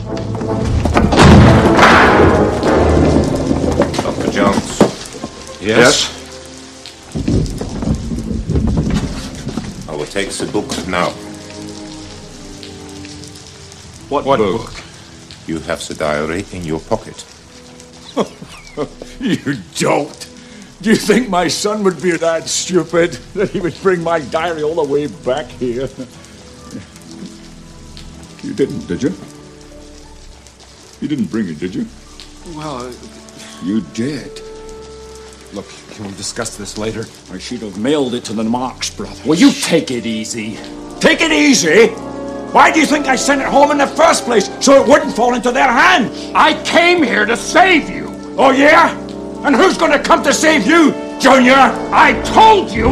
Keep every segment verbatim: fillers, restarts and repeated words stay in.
Doctor Jones. Yes? Yes? I will take the book now. What, what book? book? You have the diary in your pocket. You don't. Do you think my son would be that stupid that he would bring my diary all the way back here? You didn't, did you? You didn't bring it, did you? Well... Uh, you did. Look, can we discuss this later? I should have mailed it to the Marx brothers. Will you take it easy? Take it easy? Why do you think I sent it home in the first place? So it wouldn't fall into their hands. I came here to save you. Oh, yeah? And who's going to come to save you, Junior? I told you.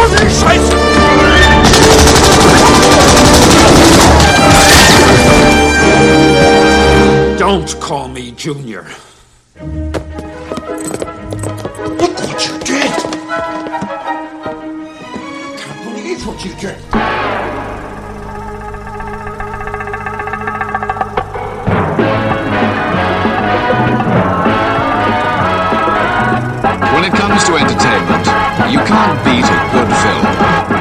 Don't call me Junior. Look what you did. I can't believe what you did. When it comes to entertainment, you can't beat a good film.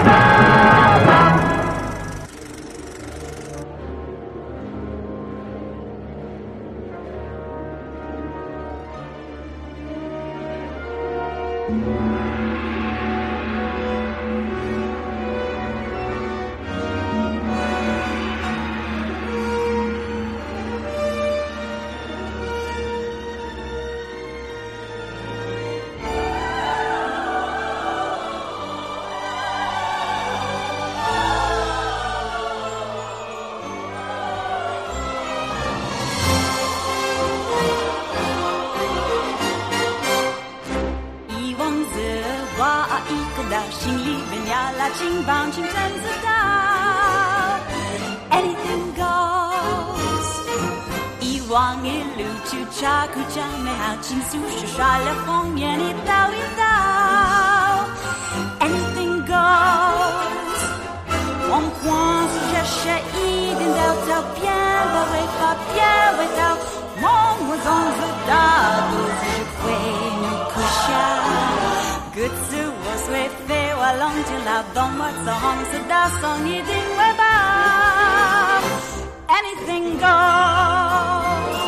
Anything goes. 一望一路就查苦将美好情愫是刷了红颜一道一道 Anything goes on point cherche一定要找bien的味道bien味道梦我总知道不是会你哭笑各自我随飞我拢就老懂我总知道送一定会吧 Anything goes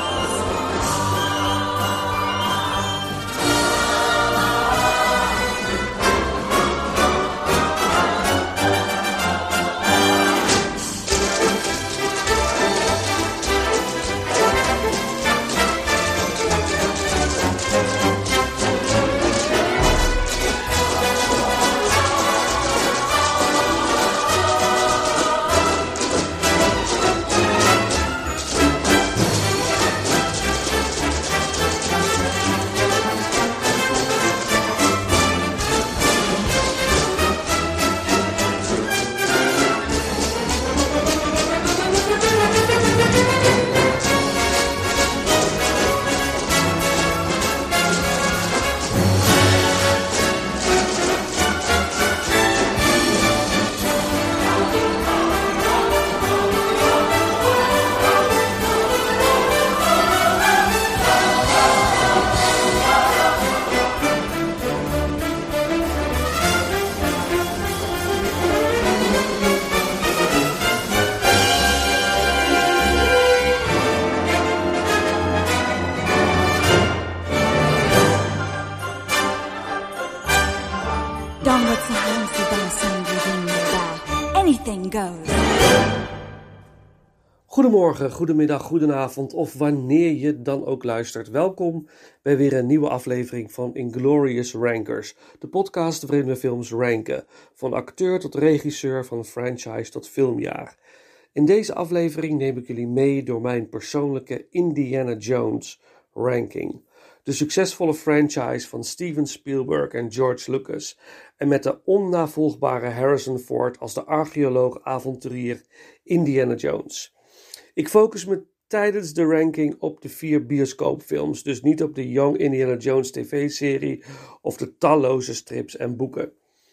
Goedemorgen, goedemiddag, goedenavond of wanneer je dan ook luistert. Welkom bij weer een nieuwe aflevering van Inglorious Rankers, de podcast waarin we films ranken, van acteur tot regisseur, van franchise tot filmjaar. In deze aflevering neem ik jullie mee door mijn persoonlijke Indiana Jones ranking. De succesvolle franchise van Steven Spielberg en George Lucas en met de onnavolgbare Harrison Ford als de archeoloog-avonturier Indiana Jones. Ik focus me tijdens de ranking op de vier bioscoopfilms, dus niet op de Young Indiana Jones tv-serie of de talloze strips en boeken.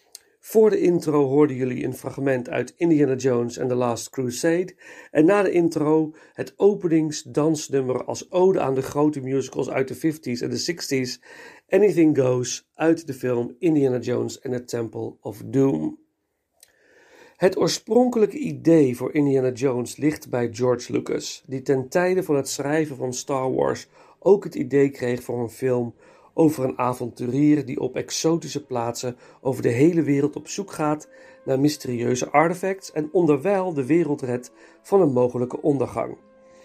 Voor de intro hoorden jullie een fragment uit Indiana Jones and the Last Crusade en na de intro het openingsdansnummer als ode aan de grote musicals uit de vijftiger en de zestigers, Anything Goes uit de film Indiana Jones and the Temple of Doom. Het oorspronkelijke idee voor Indiana Jones ligt bij George Lucas, die ten tijde van het schrijven van Star Wars ook het idee kreeg voor een film over een avonturier die op exotische plaatsen over de hele wereld op zoek gaat naar mysterieuze artefacts en onderwijl de wereld redt van een mogelijke ondergang.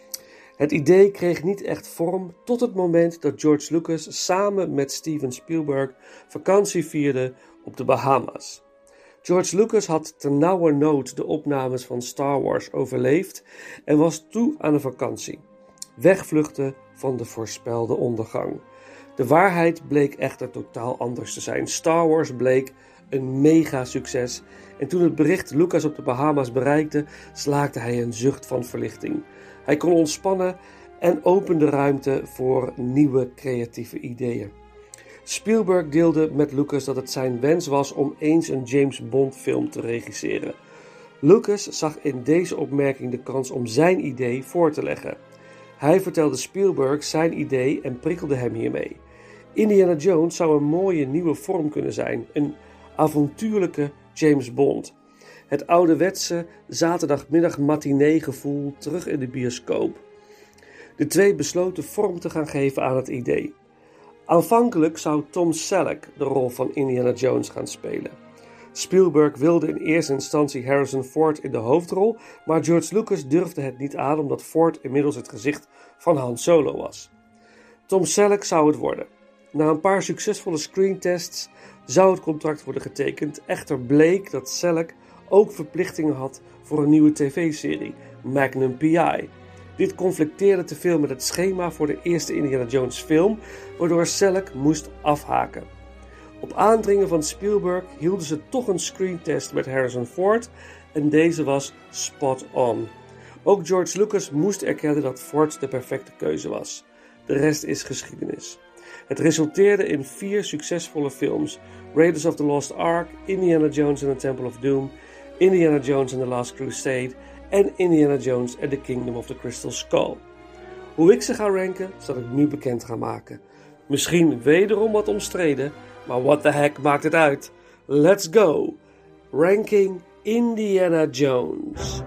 Het idee kreeg niet echt vorm tot het moment dat George Lucas samen met Steven Spielberg vakantie vierde op de Bahama's. George Lucas had ternauwernood de opnames van Star Wars overleefd en was toe aan een vakantie. Wegvluchten van de voorspelde ondergang. De waarheid bleek echter totaal anders te zijn. Star Wars bleek een mega succes en toen het bericht Lucas op de Bahama's bereikte, slaakte hij een zucht van verlichting. Hij kon ontspannen en opende ruimte voor nieuwe creatieve ideeën. Spielberg deelde met Lucas dat het zijn wens was om eens een James Bond film te regisseren. Lucas zag in deze opmerking de kans om zijn idee voor te leggen. Hij vertelde Spielberg zijn idee en prikkelde hem hiermee. Indiana Jones zou een mooie nieuwe vorm kunnen zijn, een avontuurlijke James Bond. Het ouderwetse zaterdagmiddag matinee gevoel terug in de bioscoop. De twee besloten vorm te gaan geven aan het idee. Aanvankelijk zou Tom Selleck de rol van Indiana Jones gaan spelen. Spielberg wilde in eerste instantie Harrison Ford in de hoofdrol, maar George Lucas durfde het niet aan omdat Ford inmiddels het gezicht van Han Solo was. Tom Selleck zou het worden. Na een paar succesvolle screentests zou het contract worden getekend, echter bleek dat Selleck ook verplichtingen had voor een nieuwe tv-serie, Magnum P I. Dit conflicteerde te veel met het schema voor de eerste Indiana Jones film, waardoor Selleck moest afhaken. Op aandringen van Spielberg hielden ze toch een screentest met Harrison Ford en deze was spot on. Ook George Lucas moest erkennen dat Ford de perfecte keuze was. De rest is geschiedenis. Het resulteerde in vier succesvolle films: Raiders of the Lost Ark, Indiana Jones and the Temple of Doom, Indiana Jones and the Last Crusade en Indiana Jones and the Kingdom of the Crystal Skull. Hoe ik ze ga ranken, zal ik nu bekend gaan maken. Misschien wederom wat omstreden, maar what the heck maakt het uit? Let's go! Ranking Indiana Jones.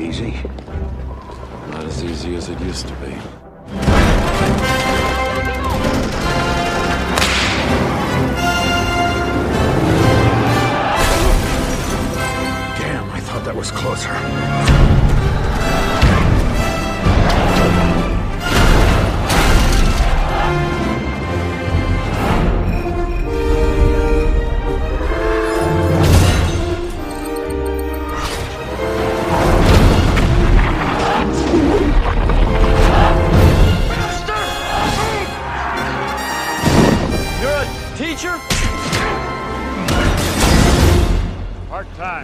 easy. Not as easy as it used to be. Damn, I thought that was closer. Teacher? Part-time.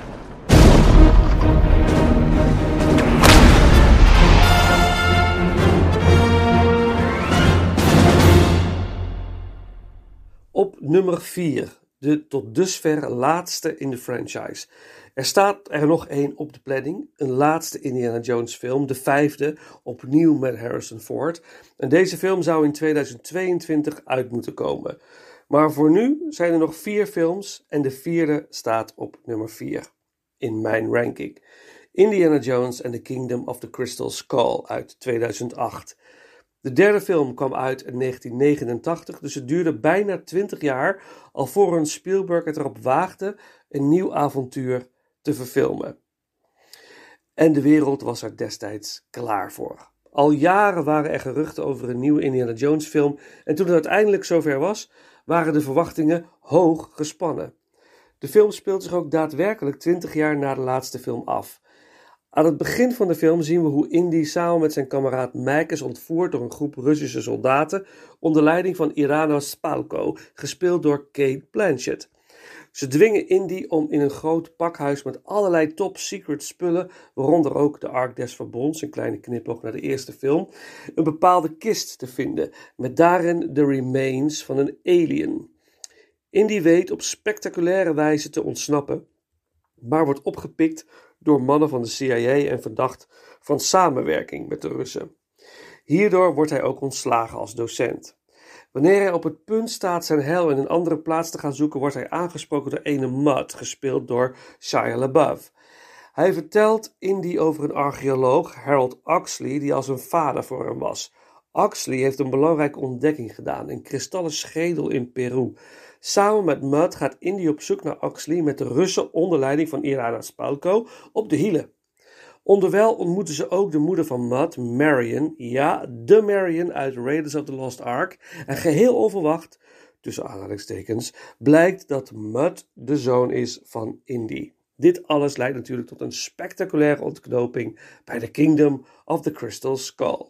Op nummer vier, de tot dusver laatste in de franchise. Er staat er nog één op de planning, een laatste Indiana Jones film, de vijfde, opnieuw met Harrison Ford. En deze film zou in tweeduizend tweeëntwintig uit moeten komen. Maar voor nu zijn er nog vier films en de vierde staat op nummer vier in mijn ranking. Indiana Jones and the Kingdom of the Crystal Skull uit tweeduizend acht. De derde film kwam uit in negentien negenentachtig, dus het duurde bijna twintig jaar alvorens Spielberg het erop waagde een nieuw avontuur te verfilmen. En de wereld was er destijds klaar voor. Al jaren waren er geruchten over een nieuwe Indiana Jones film en toen het uiteindelijk zover was, waren de verwachtingen hoog gespannen. De film speelt zich ook daadwerkelijk twintig jaar na de laatste film af. Aan het begin van de film zien we hoe Indy samen met zijn kameraad Mike is ontvoerd door een groep Russische soldaten onder leiding van Irina Spalko, gespeeld door Cate Blanchett. Ze dwingen Indy om in een groot pakhuis met allerlei top-secret spullen, waaronder ook de Ark des Verbonds, een kleine knipoog naar de eerste film, een bepaalde kist te vinden, met daarin de remains van een alien. Indy weet op spectaculaire wijze te ontsnappen, maar wordt opgepikt door mannen van de C I A en verdacht van samenwerking met de Russen. Hierdoor wordt hij ook ontslagen als docent. Wanneer hij op het punt staat zijn heil in een andere plaats te gaan zoeken, wordt hij aangesproken door ene Mutt, gespeeld door Shia LaBeouf. Hij vertelt Indy over een archeoloog, Harold Oxley, die als een vader voor hem was. Oxley heeft een belangrijke ontdekking gedaan, een kristallen schedel in Peru. Samen met Mutt gaat Indy op zoek naar Oxley met de Russen onder leiding van Irina Spalko op de hielen. Onderwijl ontmoeten ze ook de moeder van Mutt, Marion, ja, de Marion uit Raiders of the Lost Ark. En geheel onverwacht, tussen aanhalingstekens, blijkt dat Mutt de zoon is van Indy. Dit alles leidt natuurlijk tot een spectaculaire ontknoping bij The Kingdom of the Crystal Skull.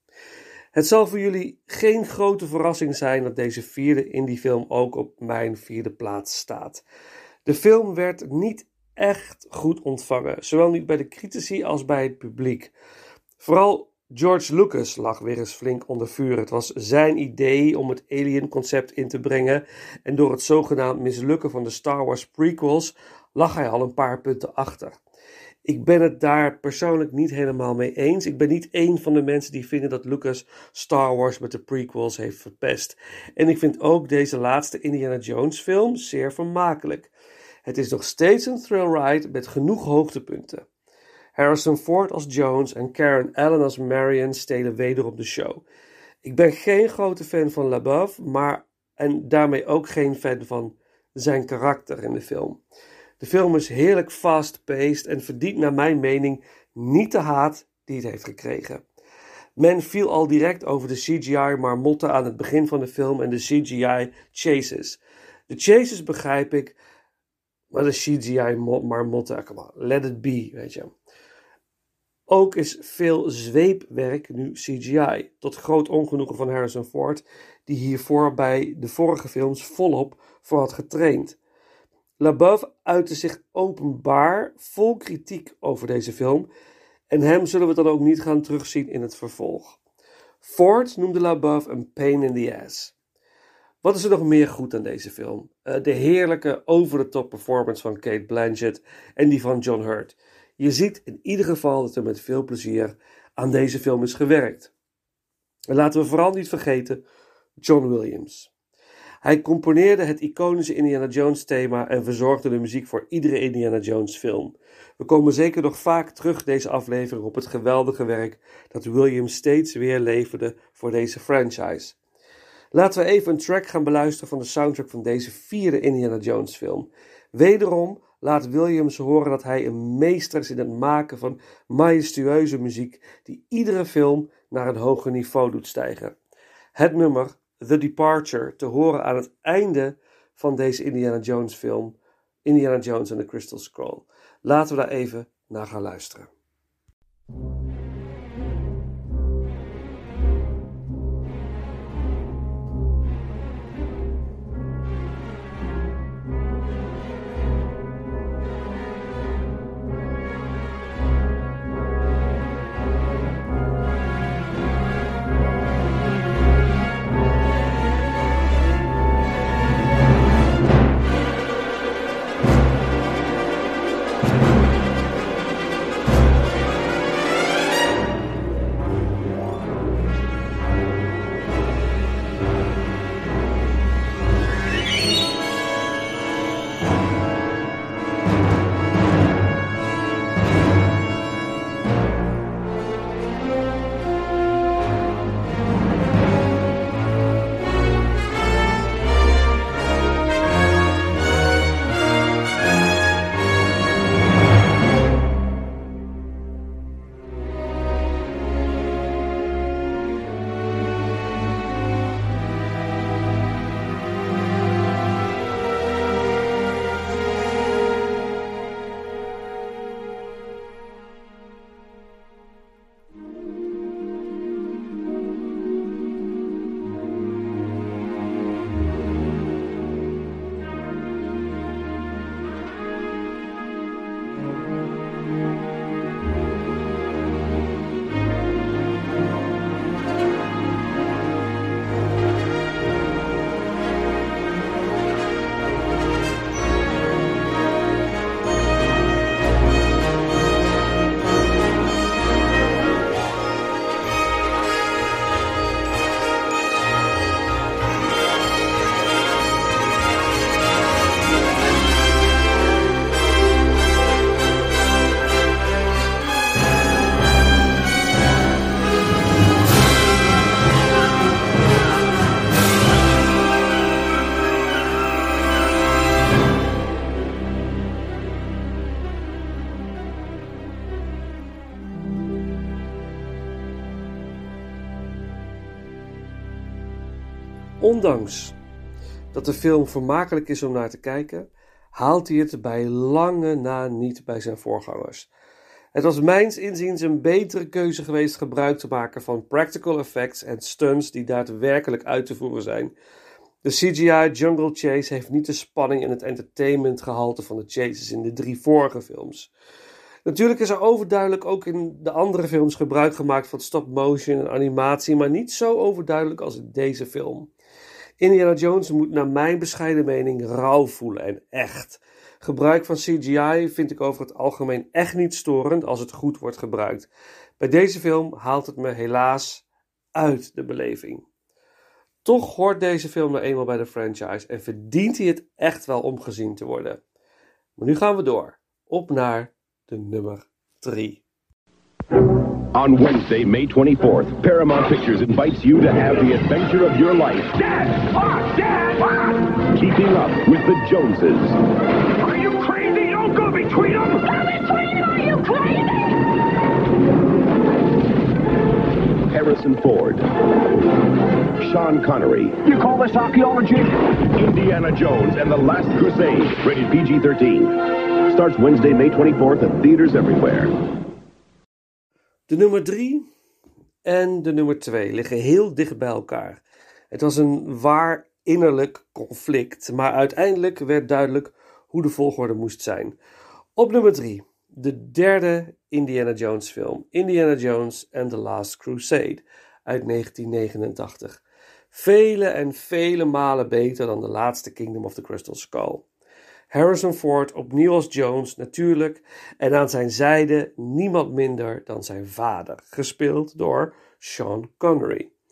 Het zal voor jullie geen grote verrassing zijn dat deze vierde Indy-film ook op mijn vierde plaats staat. De film werd niet echt goed ontvangen, zowel niet bij de critici als bij het publiek. Vooral George Lucas lag weer eens flink onder vuur. Het was zijn idee om het Alien-concept in te brengen en door het zogenaamd mislukken van de Star Wars prequels lag hij al een paar punten achter. Ik ben het daar persoonlijk niet helemaal mee eens. Ik ben niet één van de mensen die vinden dat Lucas Star Wars met de prequels heeft verpest. En ik vind ook deze laatste Indiana Jones film zeer vermakelijk. Het is nog steeds een thrill ride met genoeg hoogtepunten. Harrison Ford als Jones en Karen Allen als Marion stelen wederom de show. Ik ben geen grote fan van LaBeouf, maar en daarmee ook geen fan van zijn karakter in de film. De film is heerlijk fast-paced en verdient naar mijn mening niet de haat die het heeft gekregen. Men viel al direct over de C G I-marmotten aan het begin van de film en de C G I-chases. De chases begrijp ik, maar de C G I-marmotten, come on, let it be, weet je. Ook is veel zweepwerk nu C G I, tot groot ongenoegen van Harrison Ford, die hiervoor bij de vorige films volop voor had getraind. LaBeouf uitte zich openbaar vol kritiek over deze film en hem zullen we dan ook niet gaan terugzien in het vervolg. Ford noemde LaBeouf een pain in the ass. Wat is er nog meer goed aan deze film? Uh, de heerlijke over-the-top performance van Cate Blanchett en die van John Hurt. Je ziet in ieder geval dat er met veel plezier aan deze film is gewerkt. En laten we vooral niet vergeten John Williams. Hij componeerde het iconische Indiana Jones thema en verzorgde de muziek voor iedere Indiana Jones film. We komen zeker nog vaak terug deze aflevering op het geweldige werk dat Williams steeds weer leverde voor deze franchise. Laten we even een track gaan beluisteren van de soundtrack van deze vierde Indiana Jones film. Wederom laat Williams horen dat hij een meester is in het maken van majestueuze muziek die iedere film naar een hoger niveau doet stijgen. Het nummer The Departure te horen aan het einde van deze Indiana Jones film, Indiana Jones and the Crystal Scroll. Laten we daar even naar gaan luisteren. Ondanks dat de film vermakelijk is om naar te kijken, haalt hij het bij lange na niet bij zijn voorgangers. Het was mijns inziens een betere keuze geweest gebruik te maken van practical effects en stunts die daadwerkelijk uit te voeren zijn. De C G I Jungle Chase heeft niet de spanning en het entertainment gehalte van de chases in de drie vorige films. Natuurlijk is er overduidelijk ook in de andere films gebruik gemaakt van stop motion en animatie, maar niet zo overduidelijk als in deze film. Indiana Jones moet naar mijn bescheiden mening rauw voelen en echt. Gebruik van C G I vind ik over het algemeen echt niet storend als het goed wordt gebruikt. Bij deze film haalt het me helaas uit de beleving. Toch hoort deze film nou eenmaal bij de franchise en verdient hij het echt wel om gezien te worden. Maar nu gaan we door. Op naar de nummer drie. On Wednesday, May twenty-fourth, Paramount Pictures invites you to have the adventure of your life. Dad! Fuck! Dad! Fuck! Keeping up with the Joneses. Are you crazy? Don't go between them! Go between them! Are you crazy? Harrison Ford. Sean Connery. You call this archaeology? Indiana Jones and the Last Crusade. Rated P G thirteen. Starts Wednesday, May twenty-fourth at theaters everywhere. De nummer drie en de nummer twee liggen heel dicht bij elkaar. Het was een waar innerlijk conflict, maar uiteindelijk werd duidelijk hoe de volgorde moest zijn. Op nummer drie, de derde Indiana Jones film, Indiana Jones and the Last Crusade uit negentien negenentachtig. Vele en vele malen beter dan de laatste Kingdom of the Crystal Skull. Harrison Ford opnieuw als Jones natuurlijk en aan zijn zijde niemand minder dan zijn vader, gespeeld door Sean Connery.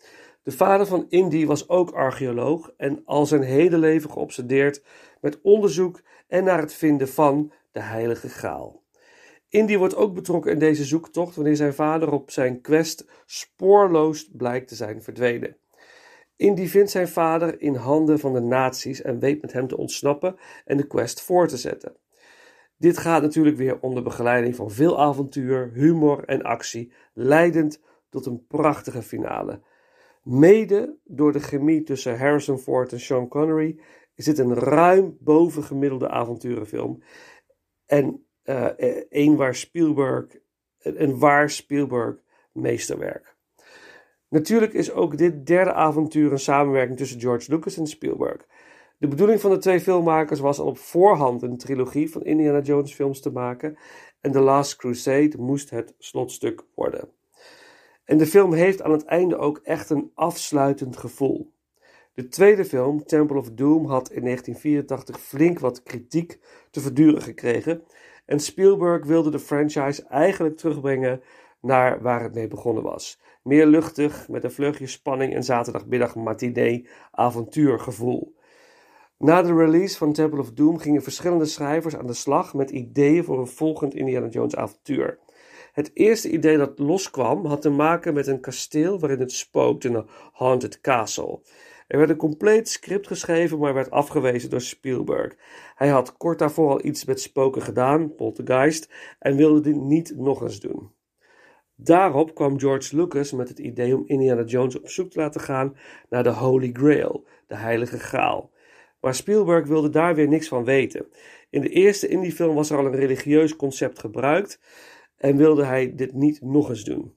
De vader van Indy was ook archeoloog en al zijn hele leven geobsedeerd met onderzoek en naar het vinden van de Heilige Graal. Indy wordt ook betrokken in deze zoektocht wanneer zijn vader op zijn quest spoorloos blijkt te zijn verdwenen. Indy vindt zijn vader in handen van de nazi's en weet met hem te ontsnappen en de quest voor te zetten. Dit gaat natuurlijk weer onder begeleiding van veel avontuur, humor en actie, leidend tot een prachtige finale. Mede door de chemie tussen Harrison Ford en Sean Connery is dit een ruim bovengemiddelde avonturenfilm en uh, een waar Spielberg, een waar Spielberg meesterwerk. Natuurlijk is ook dit derde avontuur een samenwerking tussen George Lucas en Spielberg. De bedoeling van de twee filmmakers was al op voorhand een trilogie van Indiana Jones films te maken en The Last Crusade moest het slotstuk worden. En de film heeft aan het einde ook echt een afsluitend gevoel. De tweede film, Temple of Doom, had in negentien vierentachtig flink wat kritiek te verduren gekregen en Spielberg wilde de franchise eigenlijk terugbrengen naar waar het mee begonnen was. Meer luchtig, met een vleugje spanning en zaterdagmiddag matinee avontuurgevoel. Na de release van Temple of Doom gingen verschillende schrijvers aan de slag met ideeën voor een volgend Indiana Jones avontuur. Het eerste idee dat loskwam had te maken met een kasteel waarin het spookt in een haunted castle. Er werd een compleet script geschreven, maar werd afgewezen door Spielberg. Hij had kort daarvoor al iets met spoken gedaan, Poltergeist, en wilde dit niet nog eens doen. Daarop kwam George Lucas met het idee om Indiana Jones op zoek te laten gaan naar de Holy Grail, de Heilige Graal. Maar Spielberg wilde daar weer niks van weten. In de eerste Indy-film was er al een religieus concept gebruikt en wilde hij dit niet nog eens doen.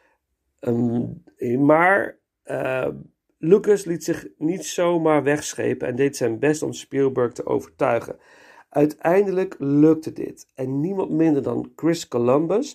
Um, maar uh, Lucas liet zich niet zomaar wegschepen en deed zijn best om Spielberg te overtuigen. Uiteindelijk lukte dit en niemand minder dan Chris Columbus,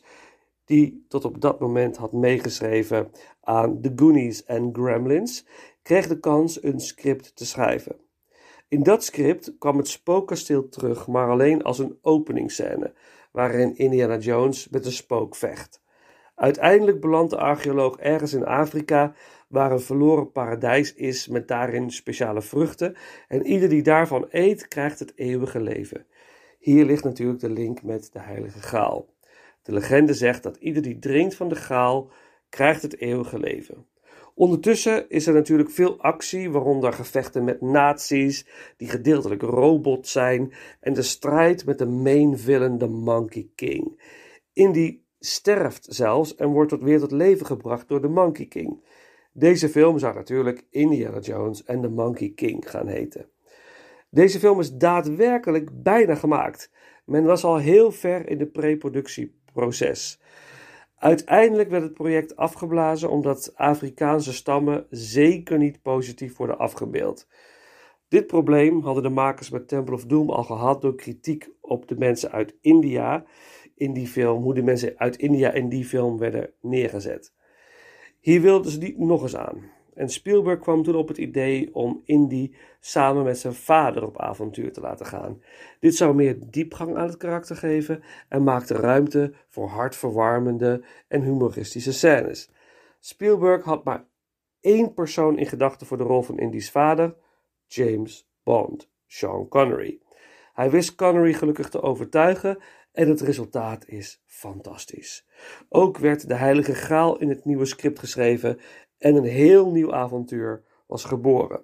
die tot op dat moment had meegeschreven aan The Goonies en Gremlins, kreeg de kans een script te schrijven. In dat script kwam het spookkasteel terug, maar alleen als een openingsscène, waarin Indiana Jones met een spook vecht. Uiteindelijk belandt de archeoloog ergens in Afrika, waar een verloren paradijs is met daarin speciale vruchten, en ieder die daarvan eet, krijgt het eeuwige leven. Hier ligt natuurlijk de link met de Heilige Graal. De legende zegt dat ieder die drinkt van de Graal, krijgt het eeuwige leven. Ondertussen is er natuurlijk veel actie, waaronder gevechten met nazi's, die gedeeltelijk robots zijn, en de strijd met de main villain, de Monkey King. Indy sterft zelfs en wordt tot weer tot leven gebracht door de Monkey King. Deze film zou natuurlijk Indiana Jones en de Monkey King gaan heten. Deze film is daadwerkelijk bijna gemaakt. Men was al heel ver in de pre-productieproces. Uiteindelijk werd het project afgeblazen omdat Afrikaanse stammen zeker niet positief worden afgebeeld. Dit probleem hadden de makers met Temple of Doom al gehad door kritiek op de mensen uit India in die film, hoe de mensen uit India in die film werden neergezet. Hier wilden ze niet nog eens aan. En Spielberg kwam toen op het idee om Indy samen met zijn vader op avontuur te laten gaan. Dit zou meer diepgang aan het karakter geven en maakte ruimte voor hartverwarmende en humoristische scènes. Spielberg had maar één persoon in gedachten voor de rol van Indy's vader, James Bond, Sean Connery. Hij wist Connery gelukkig te overtuigen en het resultaat is fantastisch. Ook werd de Heilige Graal in het nieuwe script geschreven en een heel nieuw avontuur was geboren.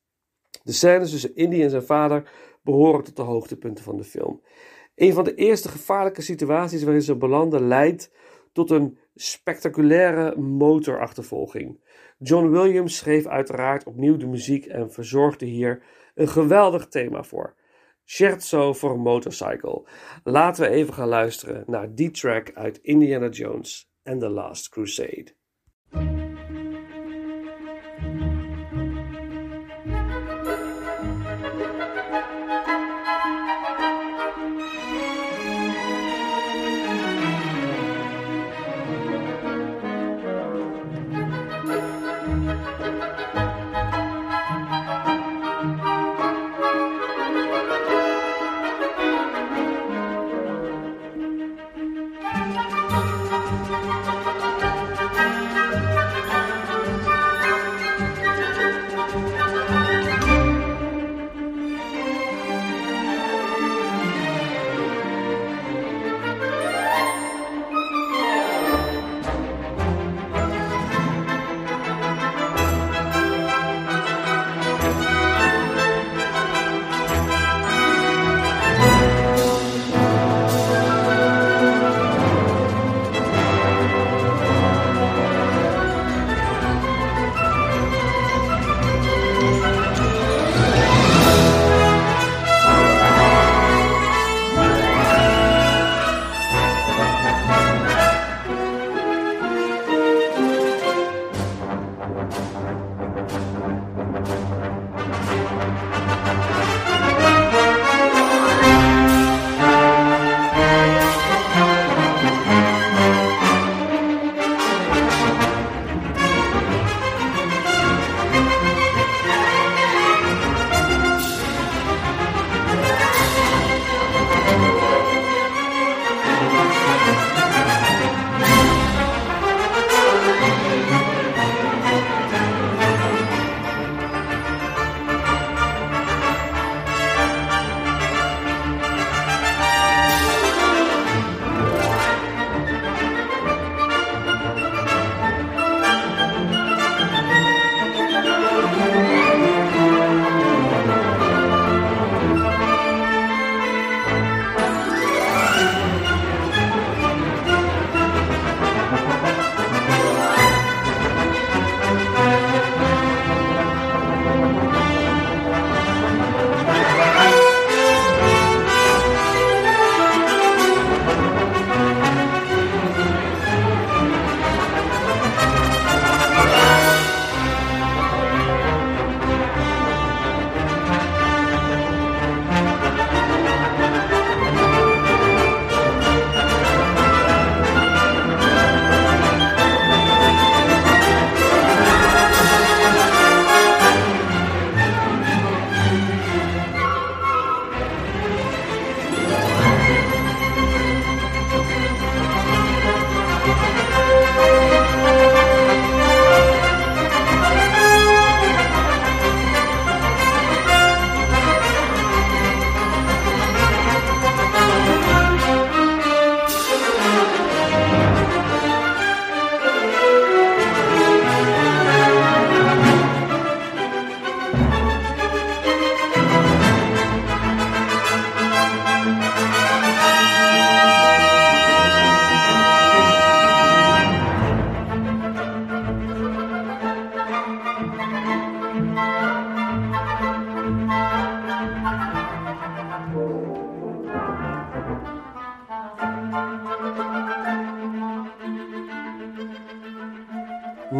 De scènes tussen Indy en zijn vader behoren tot de hoogtepunten van de film. Een van de eerste gevaarlijke situaties waarin ze belanden leidt tot een spectaculaire motorachtervolging. John Williams schreef uiteraard opnieuw de muziek en verzorgde hier een geweldig thema voor. Scherzo for a Motorcycle. Laten we even gaan luisteren naar die track uit Indiana Jones and the Last Crusade.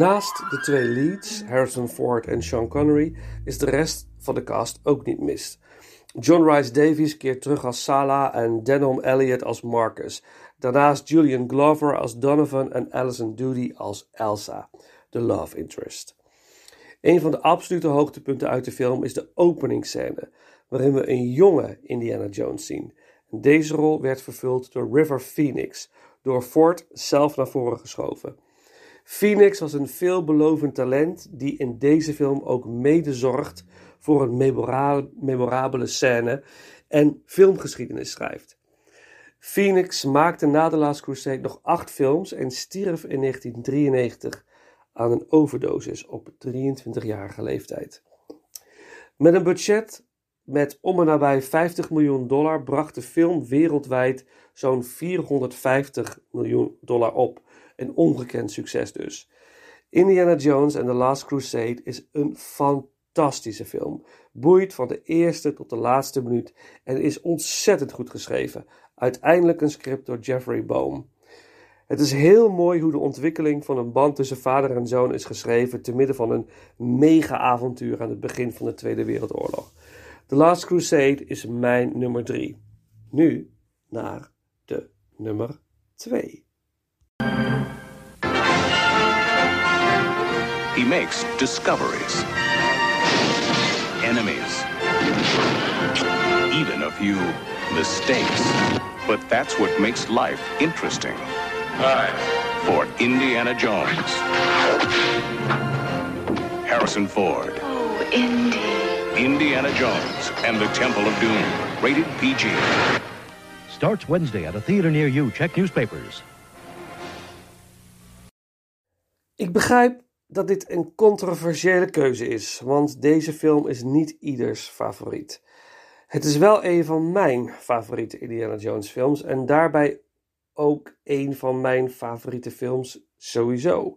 Naast de twee leads, Harrison Ford en Sean Connery, is de rest van de cast ook niet mis. John Rhys Davies keert terug als Salah en Denholm Elliott als Marcus. Daarnaast Julian Glover als Donovan en Alison Doody als Elsa, de love interest. Een van de absolute hoogtepunten uit de film is de openingsscène, waarin we een jonge Indiana Jones zien. Deze rol werd vervuld door River Phoenix, door Ford zelf naar voren geschoven. Phoenix was een veelbelovend talent die in deze film ook mede zorgt voor een memora- memorabele scène en filmgeschiedenis schrijft. Phoenix maakte na The Last Crusade nog acht films en stierf in negentien drieënnegentig aan een overdosis op drieëntwintigjarige leeftijd. Met een budget met om en nabij vijftig miljoen dollar bracht de film wereldwijd zo'n vierhonderdvijftig miljoen dollar op. Een ongekend succes dus. Indiana Jones and the Last Crusade is een fantastische film. Boeit van de eerste tot de laatste minuut en is ontzettend goed geschreven. Uiteindelijk een script door Jeffrey Boam. Het is heel mooi hoe de ontwikkeling van een band tussen vader en zoon is geschreven te midden van een mega-avontuur aan het begin van de Tweede Wereldoorlog. The Last Crusade is mijn nummer drie. Nu naar de nummer twee. He makes discoveries, enemies, even a few mistakes. But that's what makes life interesting. Time for Indiana Jones. Harrison Ford. Oh, Indy. Indiana Jones and the Temple of Doom. Rated P G. Starts Wednesday at a theater near you. Check newspapers. Ik begrijp dat dit een controversiële keuze is, want deze film is niet ieders favoriet. Het is wel een van mijn favoriete Indiana Jones films en daarbij ook een van mijn favoriete films sowieso.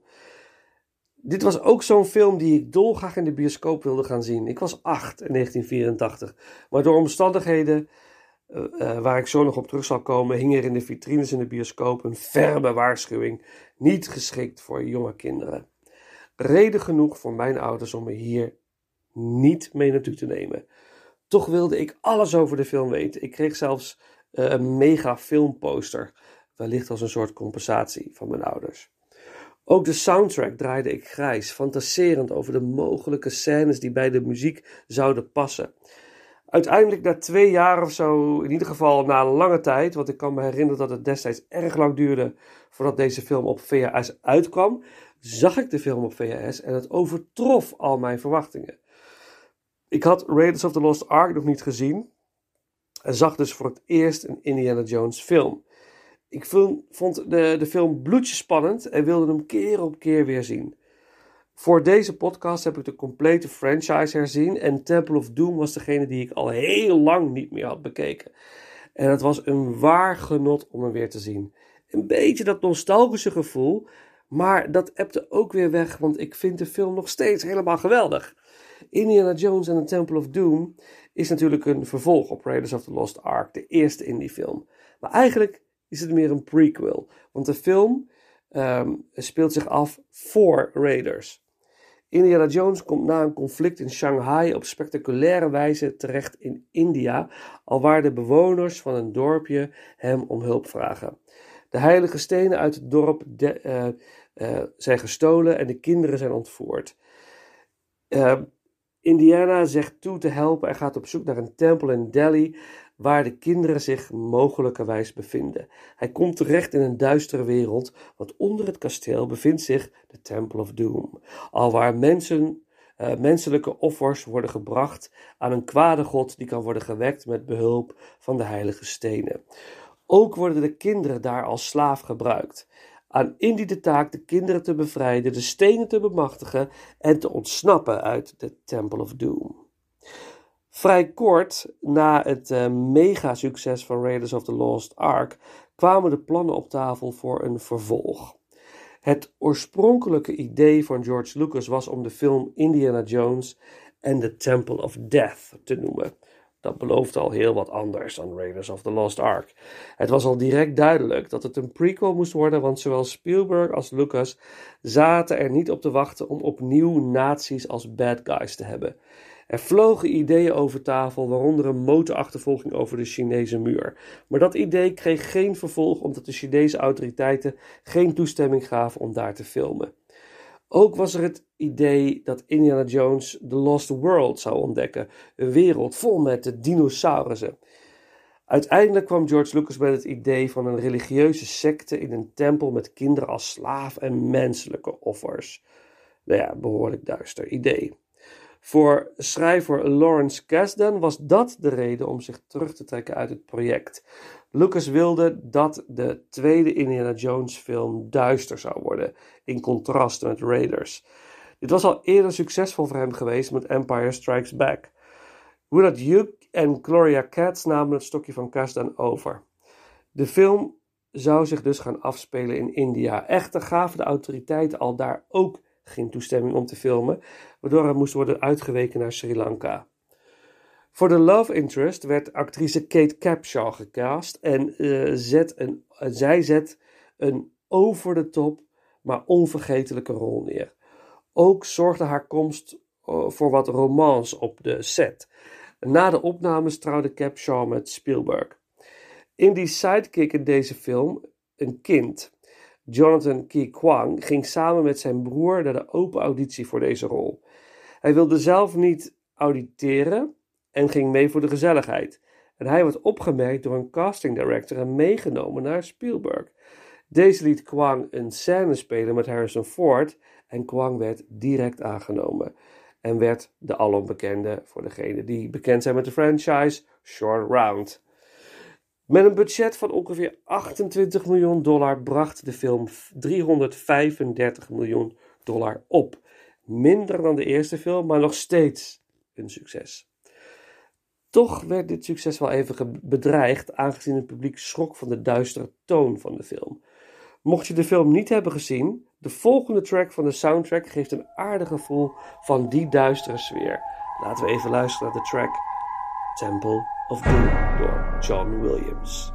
Dit was ook zo'n film die ik dolgraag in de bioscoop wilde gaan zien. Ik was acht in negentien vierentachtig, maar door omstandigheden uh, uh, waar ik zo nog op terug zal komen, hing er in de vitrines in de bioscoop een ferme waarschuwing, niet geschikt voor jonge kinderen. Reden genoeg voor mijn ouders om me hier niet mee naartoe te nemen. Toch wilde ik alles over de film weten. Ik kreeg zelfs uh, een mega filmposter, wellicht als een soort compensatie van mijn ouders. Ook de soundtrack draaide ik grijs, fantaserend over de mogelijke scènes die bij de muziek zouden passen. Uiteindelijk na twee jaar of zo, in ieder geval na een lange tijd, want ik kan me herinneren dat het destijds erg lang duurde voordat deze film op V H S uitkwam, zag ik de film op V H S en het overtrof al mijn verwachtingen. Ik had Raiders of the Lost Ark nog niet gezien en zag dus voor het eerst een Indiana Jones film. Ik vond de, de film bloedjespannend en wilde hem keer op keer weer zien. Voor deze podcast heb ik de complete franchise herzien en Temple of Doom was degene die ik al heel lang niet meer had bekeken. En het was een waar genot om hem weer te zien. Een beetje dat nostalgische gevoel, maar dat ebte ook weer weg, want ik vind de film nog steeds helemaal geweldig. Indiana Jones and the Temple of Doom is natuurlijk een vervolg op Raiders of the Lost Ark, de eerste Indie-film. Maar eigenlijk is het meer een prequel, want de film um, speelt zich af voor Raiders. Indiana Jones komt na een conflict in Shanghai op spectaculaire wijze terecht in India, alwaar de bewoners van een dorpje hem om hulp vragen. De heilige stenen uit het dorp de, uh, uh, zijn gestolen en de kinderen zijn ontvoerd. Uh, Indiana zegt toe te helpen en gaat op zoek naar een tempel in Delhi waar de kinderen zich mogelijkerwijs bevinden. Hij komt terecht in een duistere wereld, want onder het kasteel bevindt zich de Temple of Doom, alwaar mensen, uh, menselijke offers worden gebracht aan een kwade god die kan worden gewekt met behulp van de heilige stenen. Ook worden de kinderen daar als slaaf gebruikt. Aan Indy de taak de kinderen te bevrijden, de stenen te bemachtigen en te ontsnappen uit de Temple of Doom. Vrij kort na het uh, mega-succes van Raiders of the Lost Ark kwamen de plannen op tafel voor een vervolg. Het oorspronkelijke idee van George Lucas was om de film Indiana Jones and the Temple of Death te noemen. Dat beloofde al heel wat anders dan Raiders of the Lost Ark. Het was al direct duidelijk dat het een prequel moest worden, want zowel Spielberg als Lucas zaten er niet op te wachten om opnieuw nazi's als bad guys te hebben. Er vlogen ideeën over tafel, waaronder een motorachtervolging over de Chinese muur. Maar dat idee kreeg geen vervolg omdat de Chinese autoriteiten geen toestemming gaven om daar te filmen. Ook was er het idee dat Indiana Jones The Lost World zou ontdekken, een wereld vol met de dinosaurussen. Uiteindelijk kwam George Lucas met het idee van een religieuze secte in een tempel met kinderen als slaaf en menselijke offers. Nou ja, behoorlijk duister idee. Voor schrijver Lawrence Kasdan was dat de reden om zich terug te trekken uit het project. Lucas wilde dat de tweede Indiana Jones film duister zou worden, in contrast met Raiders. Dit was al eerder succesvol voor hem geweest met Empire Strikes Back. Willard Hughes en Gloria Katz namen het stokje van Kasdan over. De film zou zich dus gaan afspelen in India. Echter gaven de autoriteiten al daar ook geen toestemming om te filmen, waardoor er moest worden uitgeweken naar Sri Lanka. Voor de love interest werd actrice Kate Capshaw gecast en uh, zet een, uh, zij zet een over de top, maar onvergetelijke rol neer. Ook zorgde haar komst uh, voor wat romance op de set. Na de opnames trouwde Capshaw met Spielberg. In die sidekick in deze film, een kind, Jonathan Ke Kwang, ging samen met zijn broer naar de open auditie voor deze rol. Hij wilde zelf niet auditeren en ging mee voor de gezelligheid. En hij werd opgemerkt door een casting director en meegenomen naar Spielberg. Deze liet Kwang een scène spelen met Harrison Ford en Kwang werd direct aangenomen. En werd de alombekende, voor degenen die bekend zijn met de franchise, Short Round. Met een budget van ongeveer achtentwintig miljoen dollar bracht de film driehonderdvijfendertig miljoen dollar op. Minder dan de eerste film, maar nog steeds een succes. Toch werd dit succes wel even bedreigd, aangezien het publiek schrok van de duistere toon van de film. Mocht je de film niet hebben gezien, de volgende track van de soundtrack geeft een aardig gevoel van die duistere sfeer. Laten we even luisteren naar de track Temple of Doom door John Williams.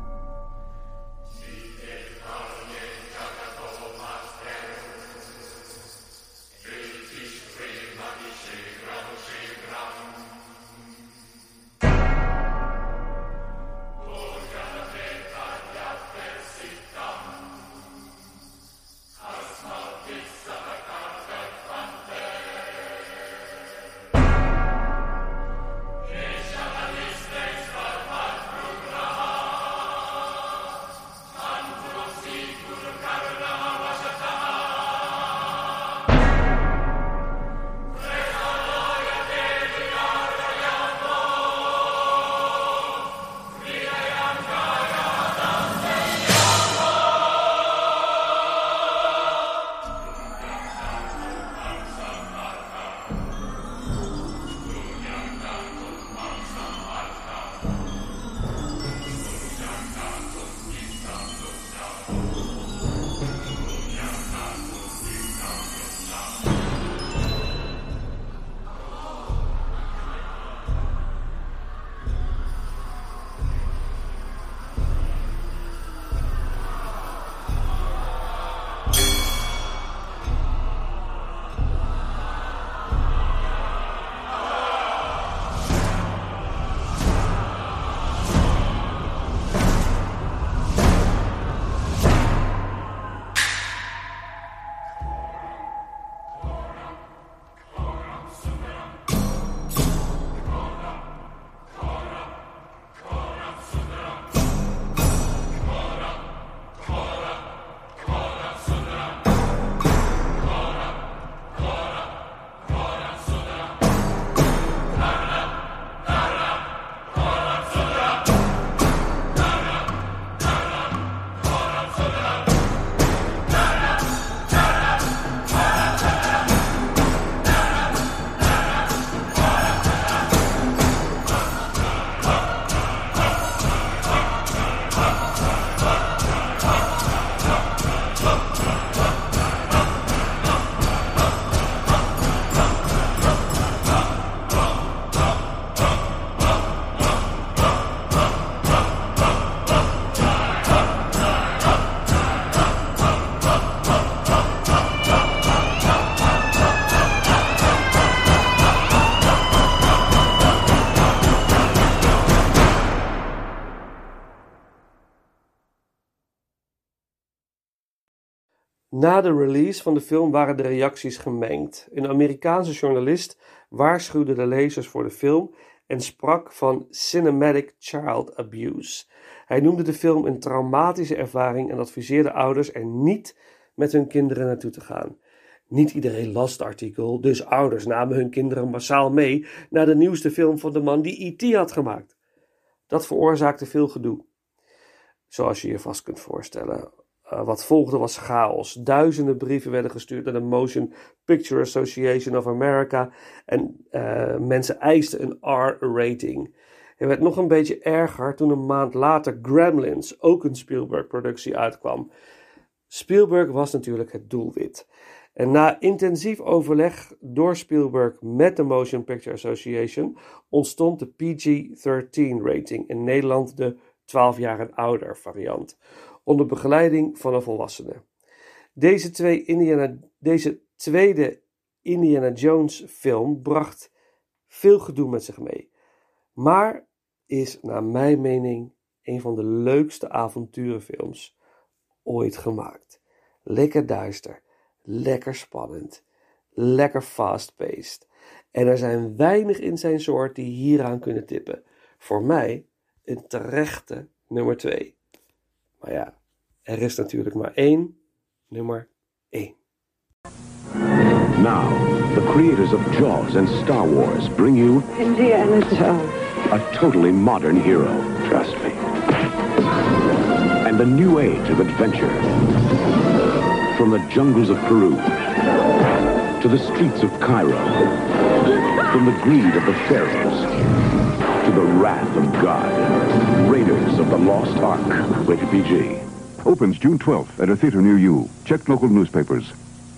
Na de release van de film waren de reacties gemengd. Een Amerikaanse journalist waarschuwde de lezers voor de film en sprak van cinematic child abuse. Hij noemde de film een traumatische ervaring en adviseerde ouders er niet met hun kinderen naartoe te gaan. Niet iedereen las het artikel, dus ouders namen hun kinderen massaal mee naar de nieuwste film van de man die E T had gemaakt. Dat veroorzaakte veel gedoe, zoals je je vast kunt voorstellen. Uh, wat volgde was chaos. Duizenden brieven werden gestuurd naar de Motion Picture Association of America en uh, mensen eisten een R-rating. Het werd nog een beetje erger toen een maand later Gremlins, ook een Spielberg-productie, uitkwam. Spielberg was natuurlijk het doelwit. En na intensief overleg door Spielberg met de Motion Picture Association ontstond de P G dertien rating, in Nederland de twaalf jaar en ouder variant, onder begeleiding van een volwassene. Deze, twee Indiana, deze tweede Indiana Jones film bracht veel gedoe met zich mee, maar is naar mijn mening een van de leukste avonturenfilms ooit gemaakt. Lekker duister, lekker spannend, lekker fast-paced. En er zijn weinig in zijn soort die hieraan kunnen tippen. Voor mij een terechte nummer twee. Maar ja, er is natuurlijk maar één nummer één. Now, the creators of Jaws and Star Wars bring you Indiana Jones, a totally modern hero. Trust me. And a new age of adventure. From the jungles of Peru to the streets of Cairo, from the greed of the pharaohs to the wrath of God. Raiders of the Lost Ark. Rated P G. Opens June twelfth at a theater near you. Check local newspapers.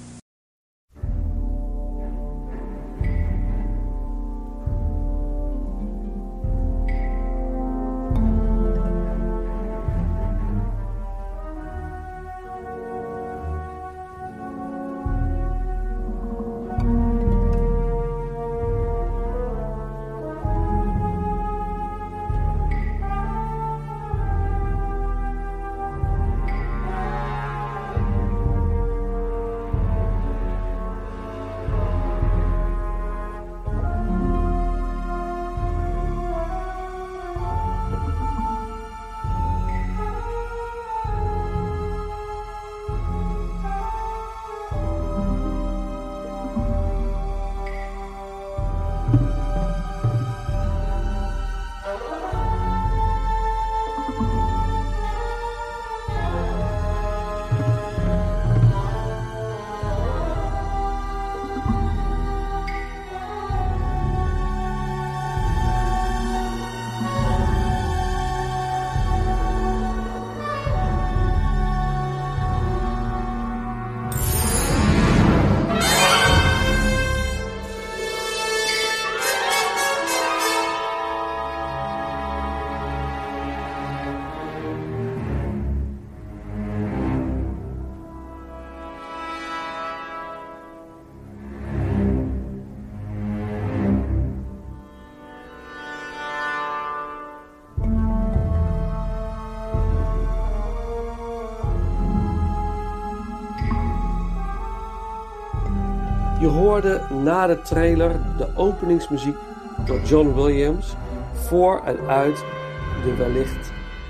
Je hoorde na de trailer de openingsmuziek door John Williams voor en uit de wellicht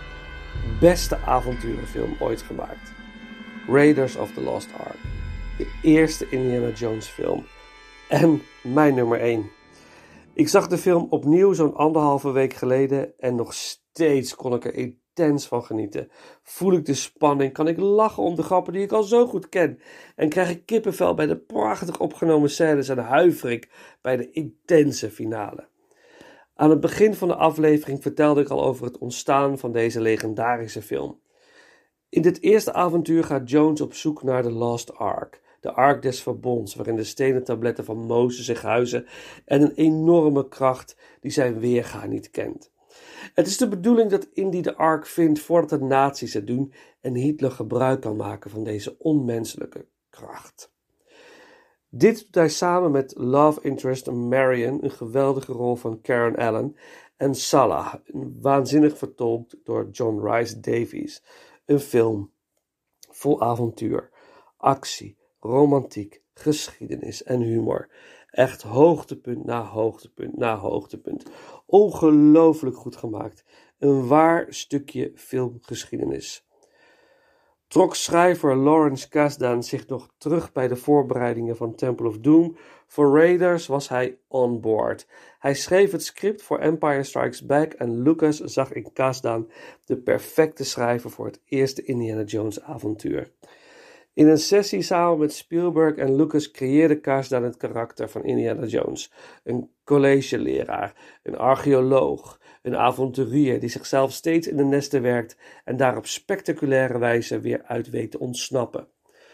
beste avonturenfilm ooit gemaakt. Raiders of the Lost Ark. De eerste Indiana Jones film. En mijn nummer één. Ik zag de film opnieuw zo'n anderhalve week geleden en nog steeds kon ik er intens van genieten. Voel ik de spanning, kan ik lachen om de grappen die ik al zo goed ken. En krijg ik kippenvel bij de prachtig opgenomen scènes en huiver ik bij de intense finale. Aan het begin van de aflevering vertelde ik al over het ontstaan van deze legendarische film. In dit eerste avontuur gaat Jones op zoek naar de Lost Ark. De Ark des Verbonds, waarin de stenen tabletten van Mozes zich huizen en een enorme kracht die zijn weerga niet kent. Het is de bedoeling dat Indy de Ark vindt voordat de nazi's het doen en Hitler gebruik kan maken van deze onmenselijke kracht. Dit doet hij samen met love interest Marion, een geweldige rol van Karen Allen, en Salah, waanzinnig vertolkt door John Rhys Davies. Een film vol avontuur, actie, romantiek, geschiedenis en humor. Echt hoogtepunt na hoogtepunt na hoogtepunt. Ongelooflijk goed gemaakt. Een waar stukje filmgeschiedenis. Trok schrijver Lawrence Kasdan zich nog terug bij de voorbereidingen van Temple of Doom, voor Raiders was hij on board. Hij schreef het script voor Empire Strikes Back en Lucas zag in Kasdan de perfecte schrijver voor het eerste Indiana Jones avontuur. In een sessie samen met Spielberg en Lucas creëerde Kasdan het karakter van Indiana Jones. Een collegeleraar, een archeoloog, een avonturier die zichzelf steeds in de nesten werkt en daar op spectaculaire wijze weer uit weet te ontsnappen.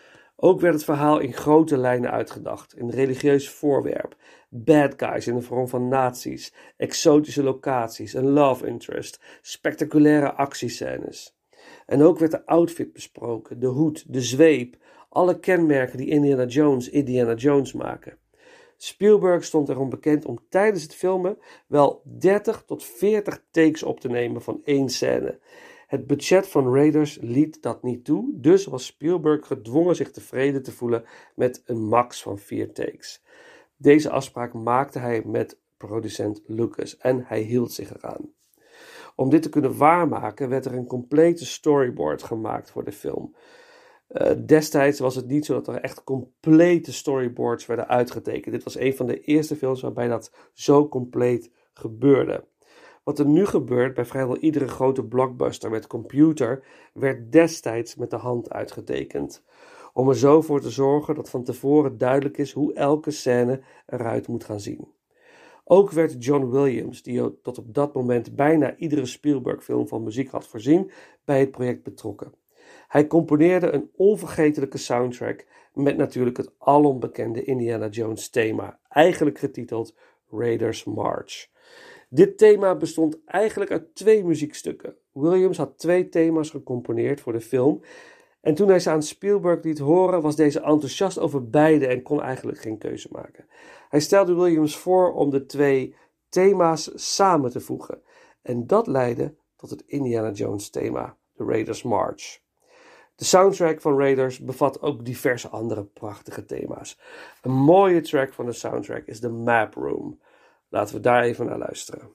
Ook werd het verhaal in grote lijnen uitgedacht, een religieus voorwerp, bad guys in de vorm van nazi's, exotische locaties, een love interest, spectaculaire actiescènes. En ook werd de outfit besproken, de hoed, de zweep, alle kenmerken die Indiana Jones Indiana Jones maken. Spielberg stond erom bekend om tijdens het filmen wel dertig tot veertig takes op te nemen van één scène. Het budget van Raiders liet dat niet toe, dus was Spielberg gedwongen zich tevreden te voelen met een max van vier takes. Deze afspraak maakte hij met producent Lucas en hij hield zich eraan. Om dit te kunnen waarmaken werd er een complete storyboard gemaakt voor de film. Uh, destijds was het niet zo dat er echt complete storyboards werden uitgetekend. Dit was een van de eerste films waarbij dat zo compleet gebeurde. Wat er nu gebeurt bij vrijwel iedere grote blockbuster met computer werd destijds met de hand uitgetekend. Om er zo voor te zorgen dat van tevoren duidelijk is hoe elke scène eruit moet gaan zien. Ook werd John Williams, die tot op dat moment bijna iedere Spielberg-film van muziek had voorzien, bij het project betrokken. Hij componeerde een onvergetelijke soundtrack met natuurlijk het alombekende Indiana Jones thema, eigenlijk getiteld Raiders March. Dit thema bestond eigenlijk uit twee muziekstukken. Williams had twee thema's gecomponeerd voor de film en toen hij ze aan Spielberg liet horen was deze enthousiast over beide en kon eigenlijk geen keuze maken. Hij stelde Williams voor om de twee thema's samen te voegen en dat leidde tot het Indiana Jones thema, de Raiders March. De soundtrack van Raiders bevat ook diverse andere prachtige thema's. Een mooie track van de soundtrack is The Map Room. Laten we daar even naar luisteren.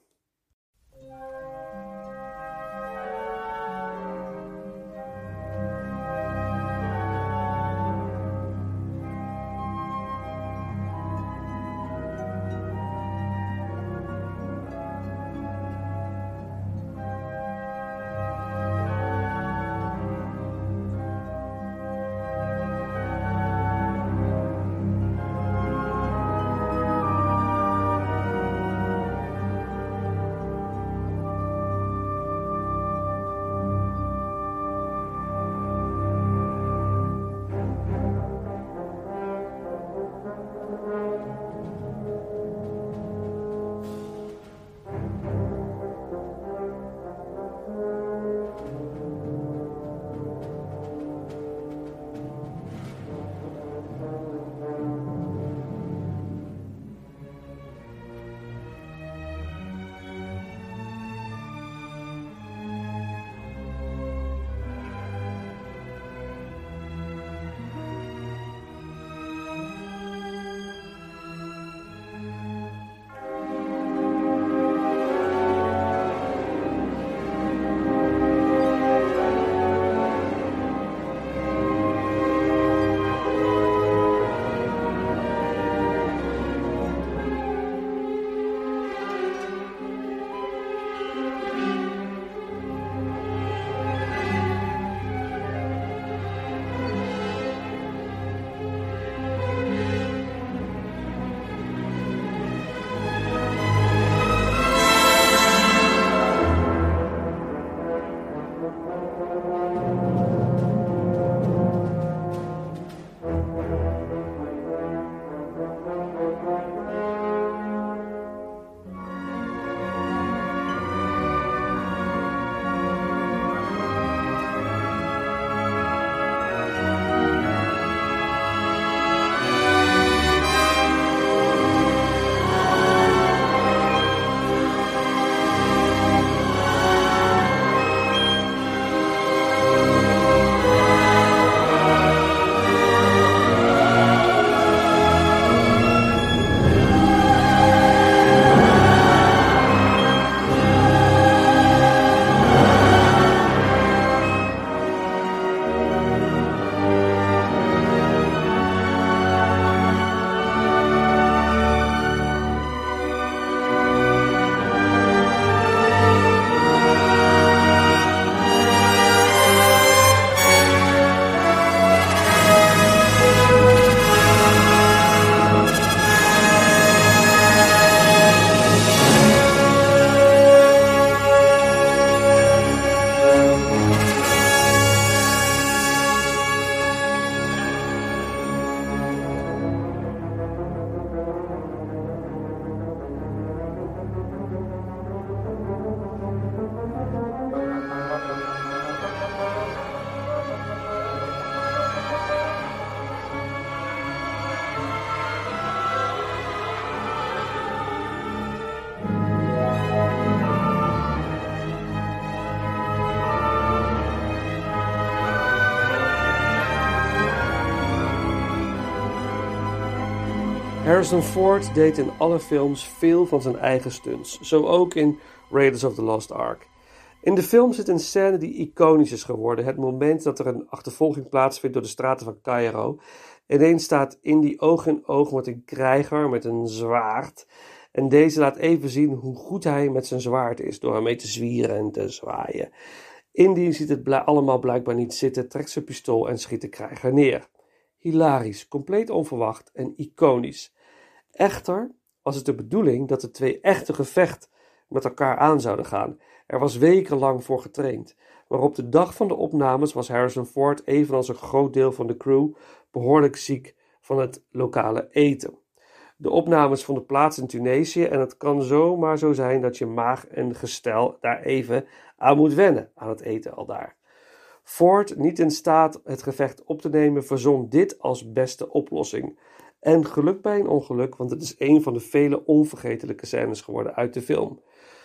Harrison Ford deed in alle films veel van zijn eigen stunts, zo ook in Raiders of the Lost Ark. In de film zit een scène die iconisch is geworden. Het moment dat er een achtervolging plaatsvindt door de straten van Cairo. Ineens staat Indy oog in oog met een krijger met een zwaard. En deze laat even zien hoe goed hij met zijn zwaard is door ermee te zwieren en te zwaaien. Indy ziet het bl- allemaal blijkbaar niet zitten, trekt zijn pistool en schiet de krijger neer. Hilarisch, compleet onverwacht en iconisch. Echter was het de bedoeling dat de twee echt een gevecht met elkaar aan zouden gaan. Er was wekenlang voor getraind, maar op de dag van de opnames was Harrison Ford, evenals een groot deel van de crew, behoorlijk ziek van het lokale eten. De opnames vonden plaats in Tunesië en het kan zomaar zo zijn dat je maag en gestel daar even aan moet wennen, aan het eten al daar. Ford, niet in staat het gevecht op te nemen, verzon dit als beste oplossing. En geluk bij een ongeluk, want het is een van de vele onvergetelijke scènes geworden uit de film.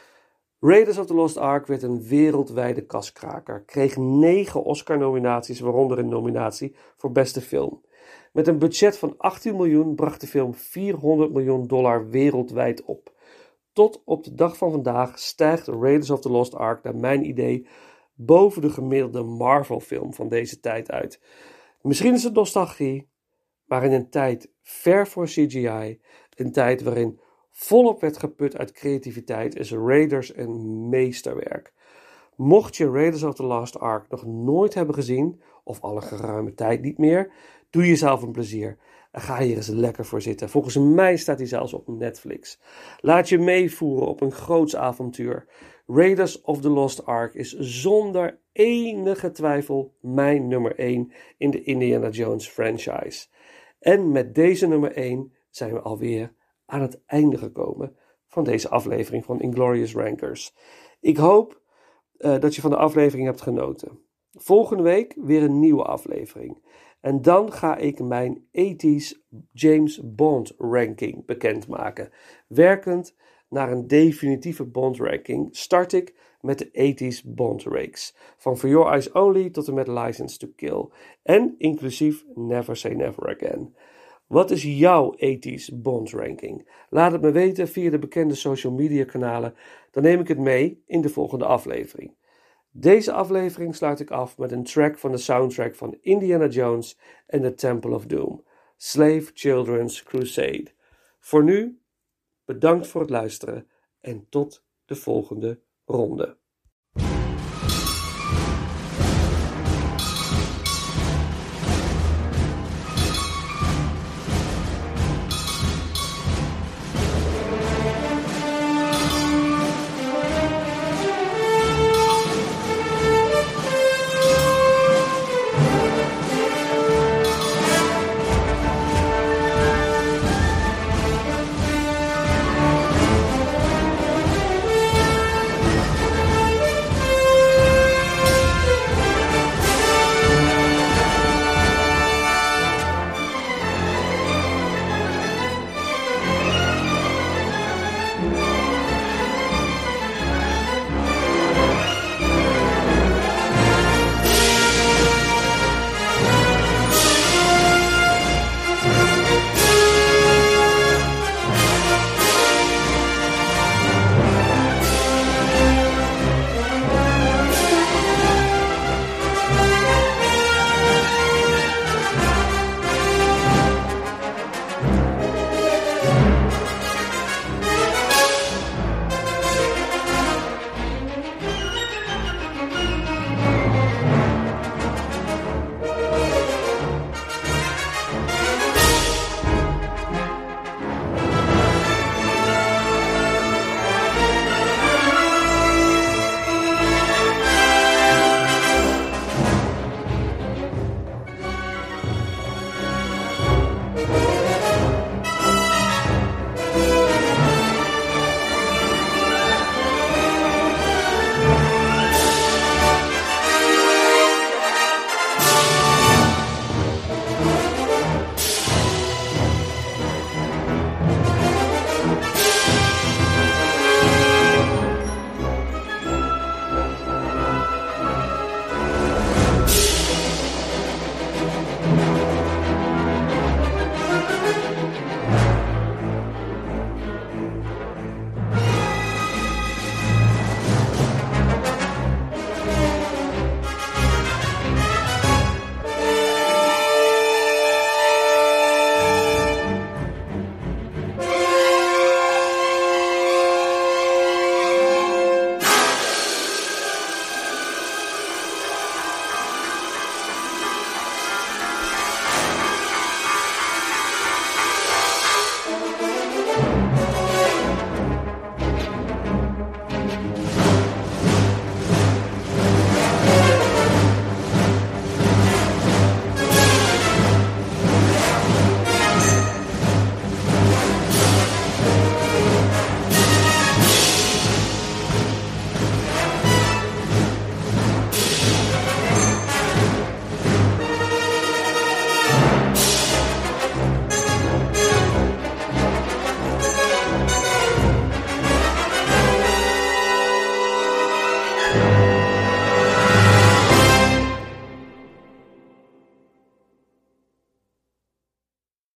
Raiders of the Lost Ark werd een wereldwijde kaskraker, kreeg negen Oscar-nominaties, waaronder een nominatie voor beste film. Met een budget van achttien miljoen bracht de film vierhonderd miljoen dollar wereldwijd op. Tot op de dag van vandaag stijgt Raiders of the Lost Ark naar mijn idee boven de gemiddelde Marvel-film van deze tijd uit. Misschien is het nostalgie, maar in een tijd ver voor C G I, een tijd waarin volop werd geput uit creativiteit, is Raiders een meesterwerk. Mocht je Raiders of the Lost Ark nog nooit hebben gezien, of al een geruime tijd niet meer, doe jezelf een plezier en ga hier eens lekker voor zitten. Volgens mij staat hij zelfs op Netflix. Laat je meevoeren op een groots avontuur. Raiders of the Lost Ark is zonder enige twijfel mijn nummer één in de Indiana Jones franchise. En met deze nummer één zijn we alweer aan het einde gekomen van deze aflevering van Inglorious Rankers. Ik hoop uh, dat je van de aflevering hebt genoten. Volgende week weer een nieuwe aflevering. En dan ga ik mijn tachtiger James Bond ranking bekendmaken. Werkend naar een definitieve Bond ranking start ik met de tachtiger Bond reeks. Van For Your Eyes Only tot en met License to Kill. En inclusief Never Say Never Again. Wat is jouw tachtiger Bond ranking? Laat het me weten via de bekende social media kanalen. Dan neem ik het mee in de volgende aflevering. Deze aflevering sluit ik af met een track van de soundtrack van Indiana Jones en The Temple of Doom. Slave Children's Crusade. Voor nu, bedankt voor het luisteren en tot de volgende ronde.